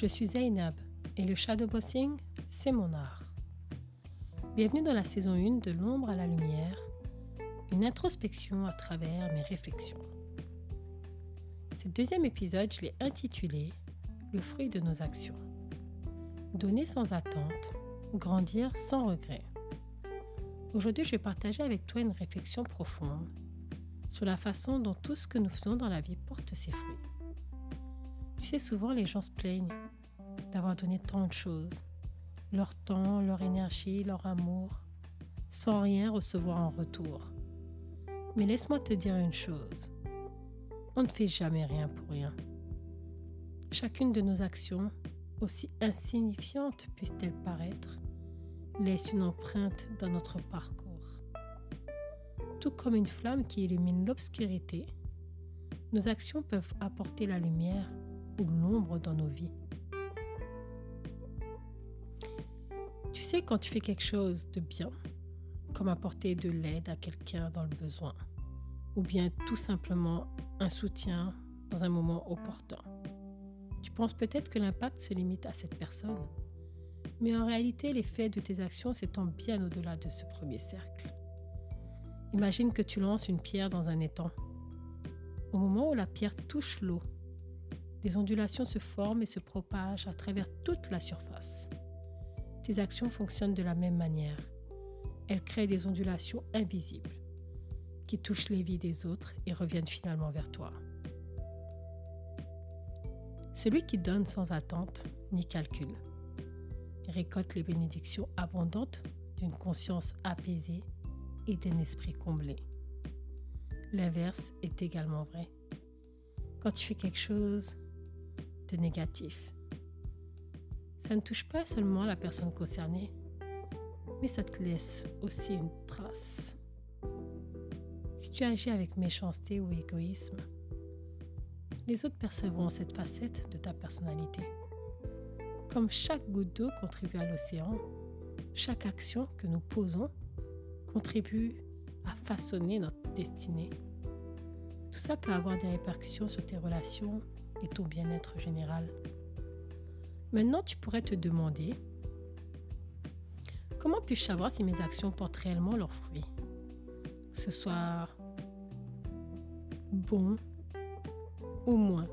Je suis Zainab et le shadowboxing, c'est mon art. Bienvenue dans la saison 1 de l'ombre à la lumière, une introspection à travers mes réflexions. Ce deuxième épisode, je l'ai intitulé « Le fruit de nos actions ». Donner sans attente, grandir sans regret. Aujourd'hui, je vais partager avec toi une réflexion profonde sur la façon dont tout ce que nous faisons dans la vie porte ses fruits. Tu sais, souvent les gens se plaignent d'avoir donné tant de choses, leur temps, leur énergie, leur amour, sans rien recevoir en retour. Mais laisse-moi te dire une chose, on ne fait jamais rien pour rien. Chacune de nos actions, aussi insignifiantes puissent-elles paraître, laisse une empreinte dans notre parcours. Tout comme une flamme qui illumine l'obscurité, nos actions peuvent apporter la lumière ou l'ombre dans nos vies. Tu sais, quand tu fais quelque chose de bien, comme apporter de l'aide à quelqu'un dans le besoin, ou bien tout simplement un soutien dans un moment opportun, tu penses peut-être que l'impact se limite à cette personne, mais en réalité, l'effet de tes actions s'étend bien au-delà de ce premier cercle. Imagine que tu lances une pierre dans un étang. Au moment où la pierre touche l'eau, des ondulations se forment et se propagent à travers toute la surface. Tes actions fonctionnent de la même manière. Elles créent des ondulations invisibles qui touchent les vies des autres et reviennent finalement vers toi. Celui qui donne sans attente ni calcul récolte les bénédictions abondantes d'une conscience apaisée et d'un esprit comblé. L'inverse est également vrai. Quand tu fais quelque chose de négatif, ça ne touche pas seulement la personne concernée, mais ça te laisse aussi une trace. Si tu agis avec méchanceté ou égoïsme, les autres percevront cette facette de ta personnalité. Comme chaque goutte d'eau contribue à l'océan, chaque action que nous posons contribue à façonner notre destinée. Tout ça peut avoir des répercussions sur tes relations et ton bien-être général. Maintenant, tu pourrais te demander comment puis-je savoir si mes actions portent réellement leurs fruits? Que ce soit bon ou moins.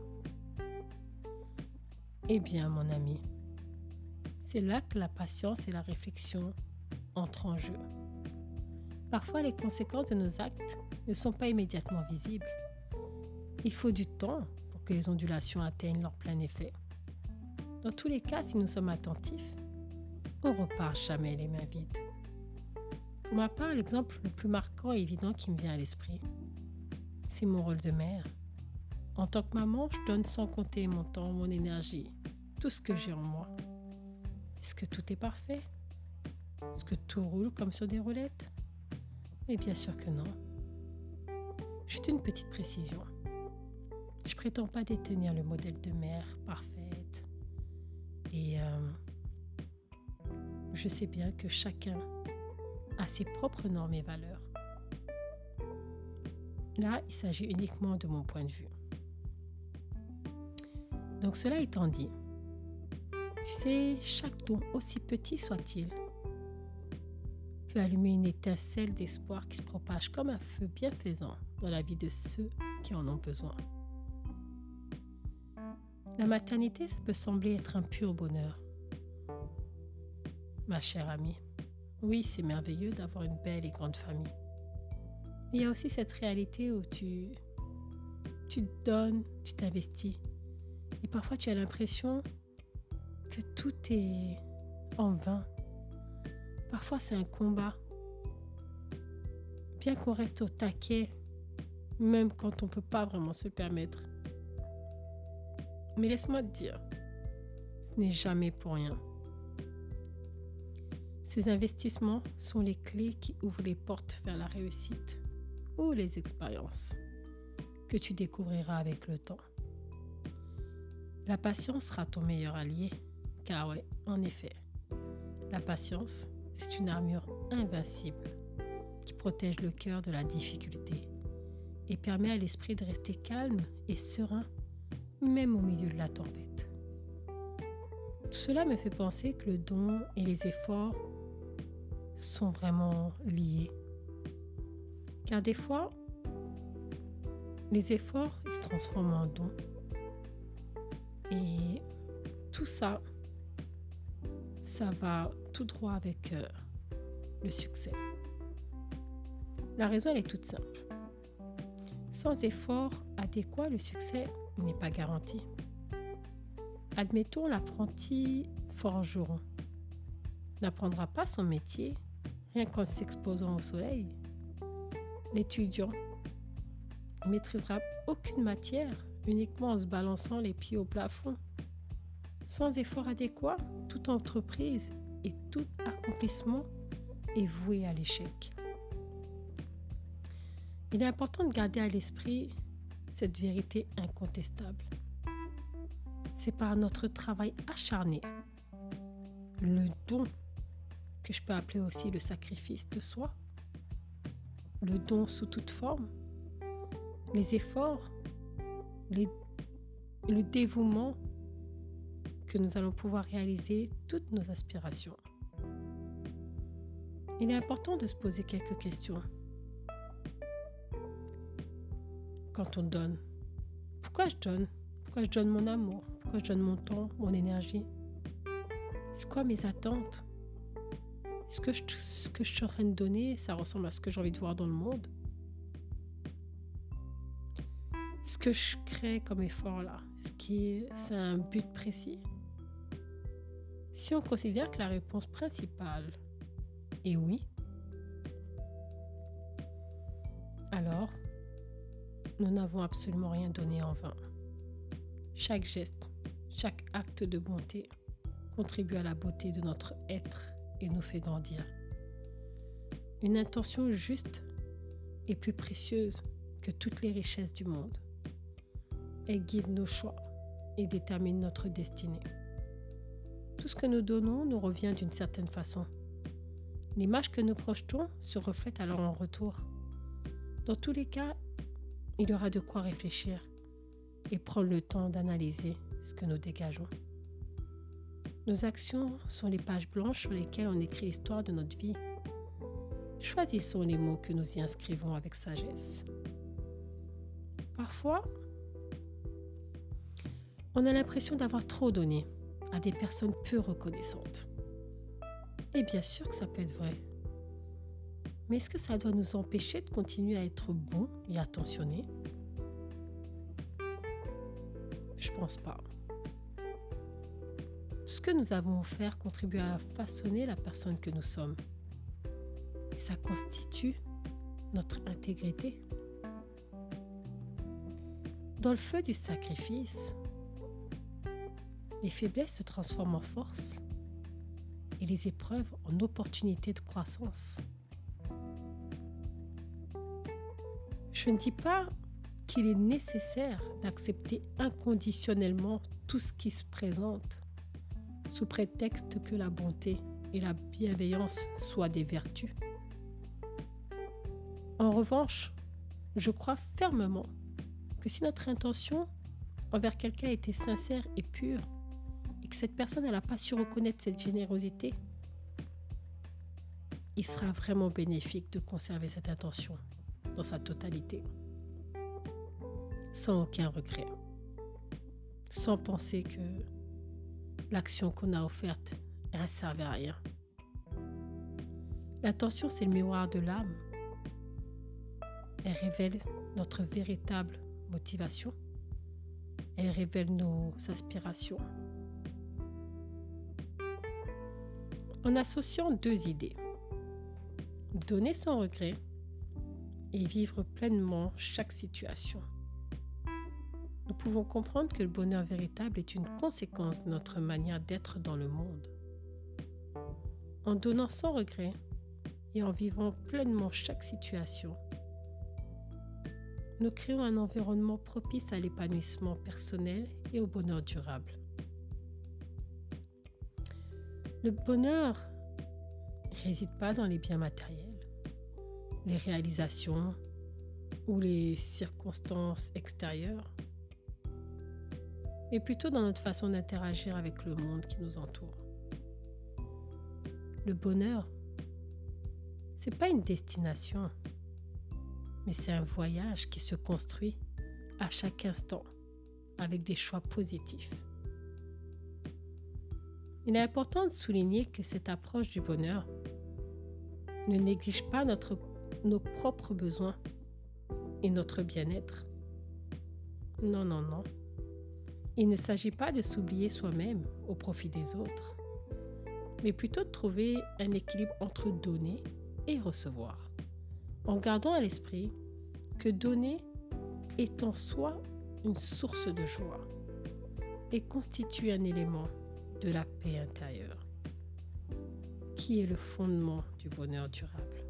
Eh bien, mon ami, c'est là que la patience et la réflexion entrent en jeu. Parfois, les conséquences de nos actes ne sont pas immédiatement visibles. Il faut du temps pour que les ondulations atteignent leur plein effet. Dans tous les cas, si nous sommes attentifs, on ne repart jamais les mains vides. Pour ma part, l'exemple le plus marquant et évident qui me vient à l'esprit, c'est mon rôle de mère. En tant que maman, je donne sans compter mon temps, mon énergie, tout ce que j'ai en moi. Est-ce que tout est parfait? Est-ce que tout roule comme sur des roulettes? Mais bien sûr que non. Juste une petite précision. Je prétends pas détenir le modèle de mère parfaite. Et je sais bien que chacun a ses propres normes et valeurs. Là, il s'agit uniquement de mon point de vue. Donc cela étant dit, tu sais, chaque don, aussi petit soit-il, peut allumer une étincelle d'espoir qui se propage comme un feu bienfaisant dans la vie de ceux qui en ont besoin. La maternité, ça peut sembler être un pur bonheur. Ma chère amie, oui, c'est merveilleux d'avoir une belle et grande famille. Mais il y a aussi cette réalité où tu donnes, tu t'investis. Et parfois, tu as l'impression que tout est en vain. Parfois, c'est un combat. Bien qu'on reste au taquet, même quand on ne peut pas vraiment se le permettre. Mais laisse-moi te dire, ce n'est jamais pour rien. Ces investissements sont les clés qui ouvrent les portes vers la réussite ou les expériences que tu découvriras avec le temps. La patience sera ton meilleur allié, car ouais, en effet, la patience, c'est une armure invincible qui protège le cœur de la difficulté et permet à l'esprit de rester calme et serein, même au milieu de la tempête. Tout cela me fait penser que le don et les efforts sont vraiment liés. Car des fois, les efforts, ils se transforment en dons. Et tout ça, ça va tout droit avec le succès. La raison, elle est toute simple. Sans effort adéquat, le succès n'est pas garanti. Admettons, l'apprenti forgeron n'apprendra pas son métier rien qu'en s'exposant au soleil. L'étudiant ne maîtrisera aucune matière uniquement en se balançant les pieds au plafond. Sans effort adéquat, toute entreprise et tout accomplissement est voué à l'échec. Il est important de garder à l'esprit cette vérité incontestable. C'est par notre travail acharné, le don, que je peux appeler aussi le sacrifice de soi, le don sous toute forme, les efforts, le dévouement, que nous allons pouvoir réaliser toutes nos aspirations. Il est important de se poser quelques questions. Quand on donne, pourquoi je donne? Pourquoi je donne mon amour? Pourquoi je donne mon temps, mon énergie? C'est quoi mes attentes? Est-ce que ce que je suis en train de donner, ça ressemble à ce que j'ai envie de voir dans le monde? Ce que je crée comme effort là, c'est un but précis? Si on considère que la réponse principale est oui, alors nous n'avons absolument rien donné en vain. Chaque geste, chaque acte de bonté contribue à la beauté de notre être et nous fait grandir. Une intention juste est plus précieuse que toutes les richesses du monde. Elle guide nos choix et détermine notre destinée. Tout ce que nous donnons nous revient d'une certaine façon. L'image que nous projetons se reflète alors en retour. Dans tous les cas, il y aura de quoi réfléchir et prendre le temps d'analyser ce que nous dégageons. Nos actions sont les pages blanches sur lesquelles on écrit l'histoire de notre vie. Choisissons les mots que nous y inscrivons avec sagesse. Parfois, on a l'impression d'avoir trop donné à des personnes peu reconnaissantes. Et bien sûr que ça peut être vrai. Mais est-ce que ça doit nous empêcher de continuer à être bons et attentionnés? Je pense pas. Tout ce que nous avons offert contribue à façonner la personne que nous sommes. Et ça constitue notre intégrité. Dans le feu du sacrifice, les faiblesses se transforment en force et les épreuves en opportunités de croissance. Je ne dis pas qu'il est nécessaire d'accepter inconditionnellement tout ce qui se présente, sous prétexte que la bonté et la bienveillance soient des vertus. En revanche, je crois fermement que si notre intention envers quelqu'un était sincère et pure, et que cette personne n'a pas su reconnaître cette générosité, il sera vraiment bénéfique de conserver cette intention dans sa totalité, sans aucun regret, sans penser que l'action qu'on a offerte ne servait à rien. L'intention, c'est le miroir de l'âme. Elle révèle notre véritable motivation. Elle révèle nos aspirations. En associant deux idées, donner sans regret et vivre pleinement chaque situation, nous pouvons comprendre que le bonheur véritable est une conséquence de notre manière d'être dans le monde. En donnant sans regret et en vivant pleinement chaque situation, nous créons un environnement propice à l'épanouissement personnel et au bonheur durable. Le bonheur ne réside pas dans les biens matériels, les réalisations ou les circonstances extérieures. mais plutôt dans notre façon d'interagir avec le monde qui nous entoure. Le bonheur, c'est pas une destination, mais c'est un voyage qui se construit à chaque instant avec des choix positifs. Il est important de souligner que cette approche du bonheur ne néglige pas nos propres besoins et notre bien-être. Non, non, non. Il ne s'agit pas de s'oublier soi-même au profit des autres, mais plutôt de trouver un équilibre entre donner et recevoir, en gardant à l'esprit que donner est en soi une source de joie et constitue un élément de la paix intérieure, qui est le fondement du bonheur durable.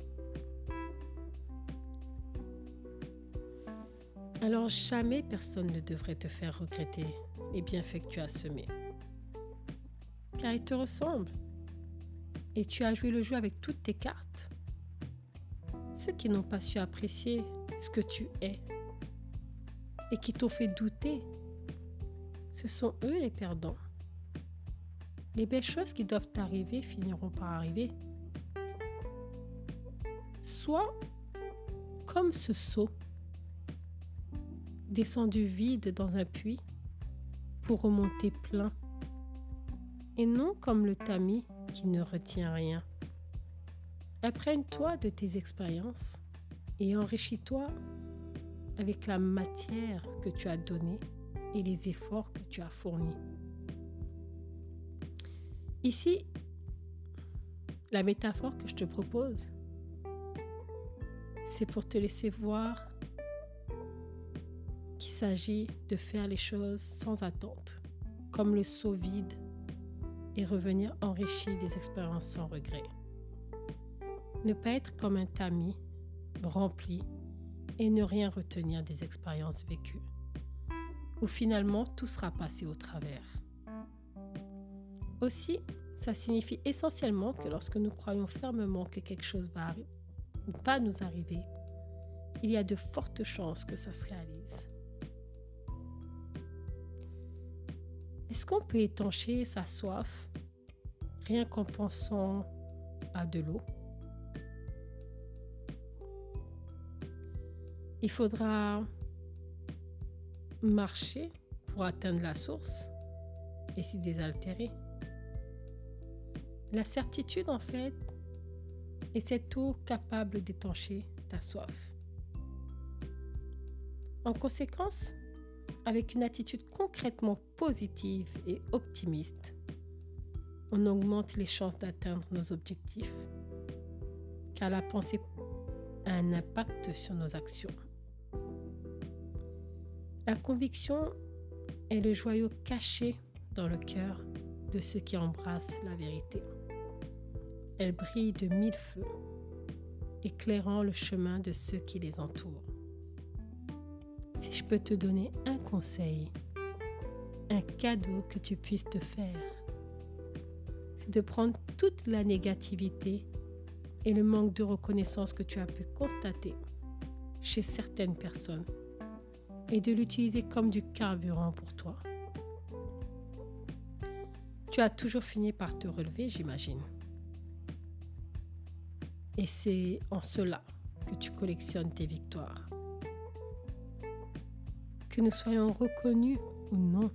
Alors jamais personne ne devrait te faire regretter les bienfaits que tu as semés, car ils te ressemblent et tu as joué le jeu avec toutes tes cartes. Ceux qui n'ont pas su apprécier ce que tu es et qui t'ont fait douter, ce sont eux les perdants. Les belles choses qui doivent arriver finiront par arriver. Sois comme ce seau descendu vide dans un puits pour remonter plein, et non comme le tamis qui ne retient rien. Apprends-toi de tes expériences et enrichis-toi avec la matière que tu as donnée et les efforts que tu as fournis. Ici, la métaphore que je te propose, c'est pour te laisser voir qu'il s'agit de faire les choses sans attente, comme le seau vide, et revenir enrichi des expériences sans regret. Ne pas être comme un tamis rempli et ne rien retenir des expériences vécues, où finalement tout sera passé au travers. Aussi, ça signifie essentiellement que lorsque nous croyons fermement que quelque chose va nous arriver, il y a de fortes chances que ça se réalise. Est-ce qu'on peut étancher sa soif rien qu'en pensant à de l'eau? Il faudra marcher pour atteindre la source et s'y désaltérer. La certitude, en fait, est cette eau capable d'étancher ta soif. En conséquence, avec une attitude concrètement positive et optimiste, on augmente les chances d'atteindre nos objectifs, car la pensée a un impact sur nos actions. La conviction est le joyau caché dans le cœur de ceux qui embrassent la vérité. Elle brille de 1000 feux, éclairant le chemin de ceux qui les entourent. Si je peux te donner un conseil, un cadeau que tu puisses te faire, c'est de prendre toute la négativité et le manque de reconnaissance que tu as pu constater chez certaines personnes et de l'utiliser comme du carburant pour toi. Tu as toujours fini par te relever, j'imagine. Et c'est en cela que tu collectionnes tes victoires. Que nous soyons reconnus ou non,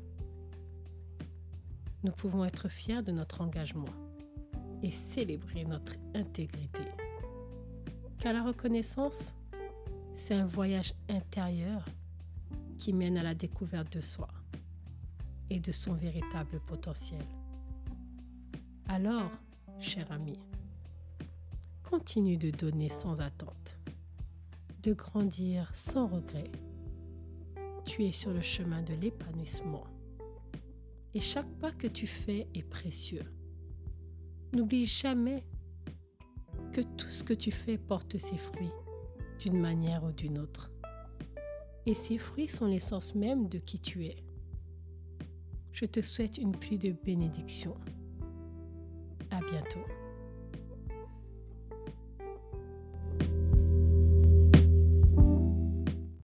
nous pouvons être fiers de notre engagement et célébrer notre intégrité. Car la reconnaissance, c'est un voyage intérieur qui mène à la découverte de soi et de son véritable potentiel. Alors, cher ami, continue de donner sans attente, de grandir sans regret. Tu es sur le chemin de l'épanouissement et chaque pas que tu fais est précieux. N'oublie jamais que tout ce que tu fais porte ses fruits d'une manière ou d'une autre. Et ces fruits sont l'essence même de qui tu es. Je te souhaite une pluie de bénédictions. À bientôt.